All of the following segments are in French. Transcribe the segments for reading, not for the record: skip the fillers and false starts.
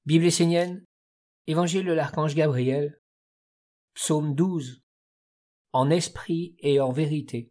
Bible essénienne, Évangile de l'archange Gabriel, Psaume 12, en esprit et en vérité.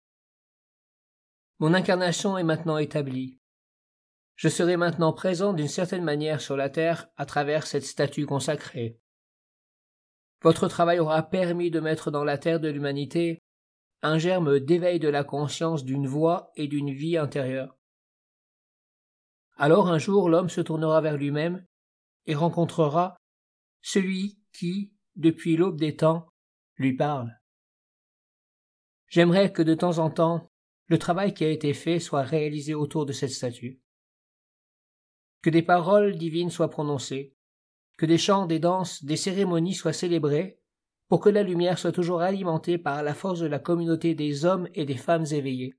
Mon incarnation est maintenant établie. Je serai maintenant présent d'une certaine manière sur la terre à travers cette statue consacrée. Votre travail aura permis de mettre dans la terre de l'humanité un germe d'éveil de la conscience d'une voix et d'une vie intérieure. Alors un jour l'homme se tournera vers lui-même et rencontrera celui qui, depuis l'aube des temps, lui parle. J'aimerais que de temps en temps, le travail qui a été fait soit réalisé autour de cette statue. Que des paroles divines soient prononcées, que des chants, des danses, des cérémonies soient célébrées, pour que la lumière soit toujours alimentée par la force de la communauté des hommes et des femmes éveillés.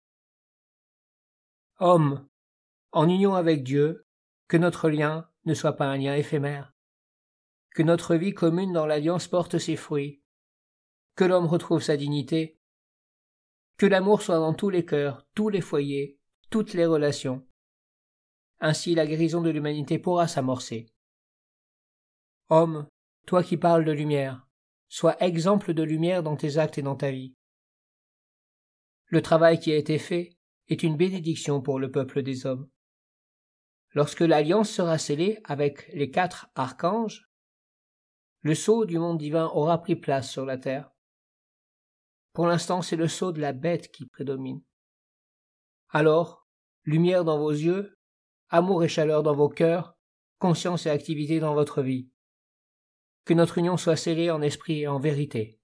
Hommes, en union avec Dieu, que notre lien ne soit pas un lien éphémère, que notre vie commune dans l'alliance porte ses fruits, que l'homme retrouve sa dignité, que l'amour soit dans tous les cœurs, tous les foyers, toutes les relations. Ainsi la guérison de l'humanité pourra s'amorcer. Homme, toi qui parles de lumière, sois exemple de lumière dans tes actes et dans ta vie. Le travail qui a été fait est une bénédiction pour le peuple des hommes. Lorsque l'alliance sera scellée avec les 4 archanges, le sceau du monde divin aura pris place sur la terre. Pour l'instant, c'est le sceau de la bête qui prédomine. Alors, lumière dans vos yeux, amour et chaleur dans vos cœurs, conscience et activité dans votre vie. Que notre union soit scellée en esprit et en vérité.